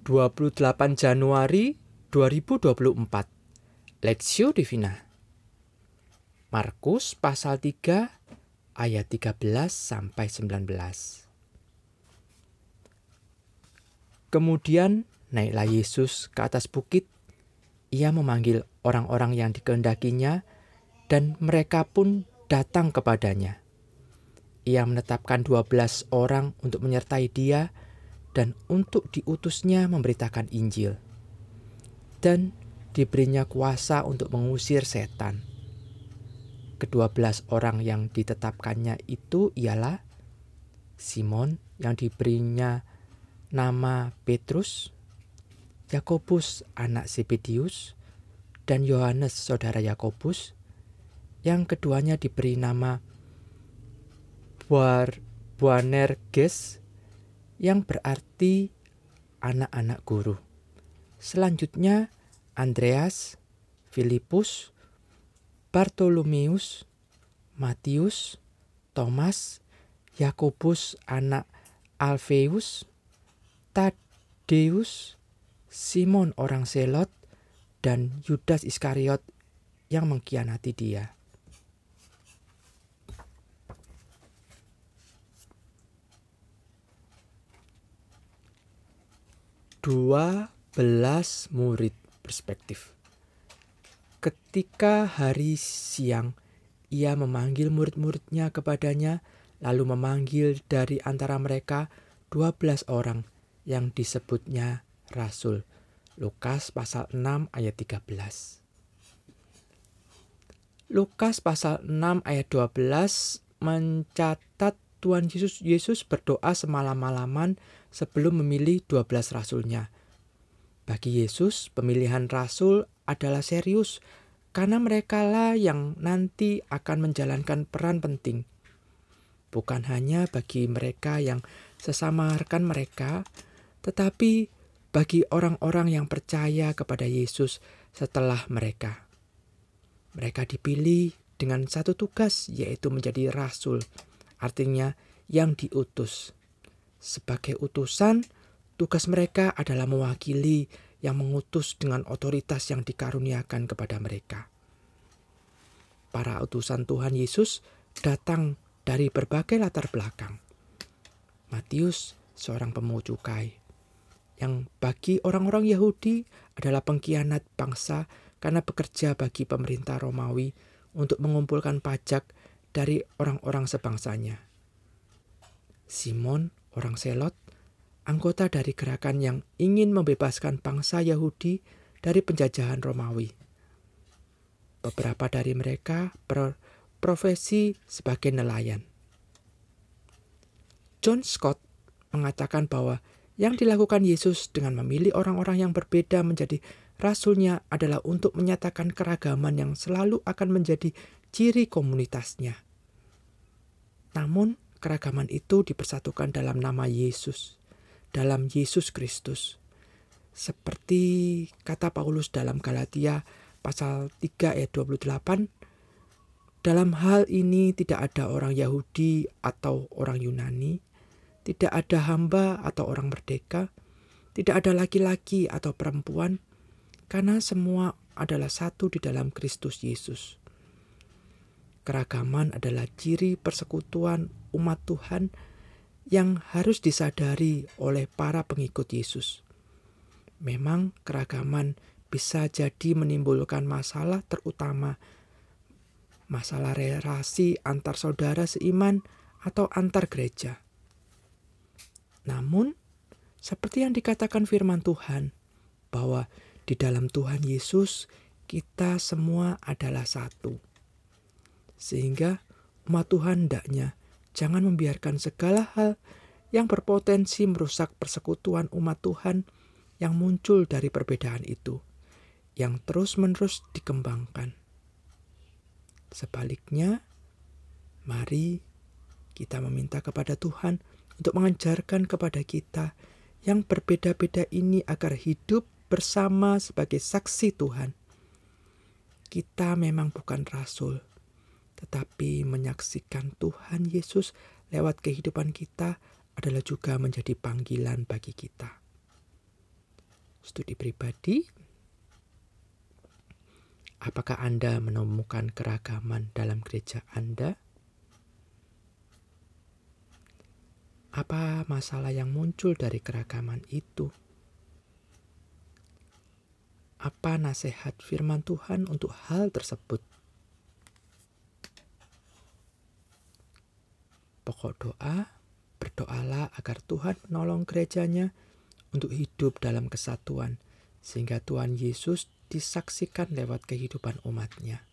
28 Januari 2024. Lexio Divina. Markus pasal 3 ayat 13 sampai 19. Kemudian naiklah Yesus ke atas bukit. Ia memanggil orang-orang yang dikehendakinya dan mereka pun datang kepadanya. Ia menetapkan 12 orang untuk menyertai dia dan untuk diutusnya memberitakan Injil. Dan diberinya kuasa untuk mengusir setan. Ke-12 orang yang ditetapkannya itu ialah Simon yang diberinya nama Petrus, Yakobus anak Zebedius, dan Yohanes saudara Yakobus. Yang keduanya diberi nama Boanerges, yang berarti anak-anak guru. Selanjutnya Andreas, Filipus, Bartolomeus, Matius, Thomas, Yakobus anak Alfeus, Tadeus, Simon orang Selot, dan Yudas Iskariot yang mengkhianati dia. Dua belas murid perspektif. Ketika hari siang, ia memanggil murid-muridnya kepadanya, lalu memanggil dari antara mereka 12 orang yang disebutnya rasul. Lukas pasal 6 ayat 13. Lukas pasal 6 ayat 12 mencatat Tuhan Yesus berdoa semalam-malaman sebelum memilih 12 rasulnya. Bagi Yesus, pemilihan rasul adalah serius karena merekalah yang nanti akan menjalankan peran penting. Bukan hanya bagi mereka yang sesama rekan mereka, tetapi bagi orang-orang yang percaya kepada Yesus setelah mereka. Mereka dipilih dengan satu tugas, yaitu menjadi rasul, artinya yang diutus. Sebagai utusan, tugas mereka adalah mewakili yang mengutus dengan otoritas yang dikaruniakan kepada mereka. Para utusan Tuhan Yesus datang dari berbagai latar belakang. Matius, seorang pemungut cukai, yang bagi orang-orang Yahudi adalah pengkhianat bangsa karena bekerja bagi pemerintah Romawi untuk mengumpulkan pajak dari orang-orang sebangsanya. Simon, orang Selot, anggota dari gerakan yang ingin membebaskan bangsa Yahudi dari penjajahan Romawi. Beberapa dari mereka berprofesi sebagai nelayan. John Scott mengatakan bahwa yang dilakukan Yesus dengan memilih orang-orang yang berbeda menjadi rasulnya adalah untuk menyatakan keragaman yang selalu akan menjadi ciri komunitasnya. Namun, keragaman itu dipersatukan dalam nama Yesus, dalam Yesus Kristus. Seperti kata Paulus dalam Galatia pasal 3 ayat 28, dalam hal ini tidak ada orang Yahudi atau orang Yunani, tidak ada hamba atau orang merdeka, tidak ada laki-laki atau perempuan, karena semua adalah satu di dalam Kristus Yesus. Keragaman adalah ciri persekutuan umat Tuhan yang harus disadari oleh para pengikut Yesus. Memang keragaman bisa jadi menimbulkan masalah, terutama masalah relasi antar saudara seiman atau antar gereja. Namun, seperti yang dikatakan firman Tuhan, bahwa di dalam Tuhan Yesus kita semua adalah satu. Sehingga umat Tuhan hendaknya jangan membiarkan segala hal yang berpotensi merusak persekutuan umat Tuhan yang muncul dari perbedaan itu, yang terus-menerus dikembangkan. Sebaliknya, mari kita meminta kepada Tuhan untuk mengajarkan kepada kita yang berbeda-beda ini agar hidup bersama sebagai saksi Tuhan. Kita memang bukan rasul, tetapi menyaksikan Tuhan Yesus lewat kehidupan kita adalah juga menjadi panggilan bagi kita. studi pribadi. Apakah Anda menemukan keragaman dalam gereja Anda? Apa masalah yang muncul dari keragaman itu? Apa nasihat firman Tuhan untuk hal tersebut? Pokok doa, berdoalah agar Tuhan menolong gerejanya untuk hidup dalam kesatuan, sehingga Tuhan Yesus disaksikan lewat kehidupan umat-Nya.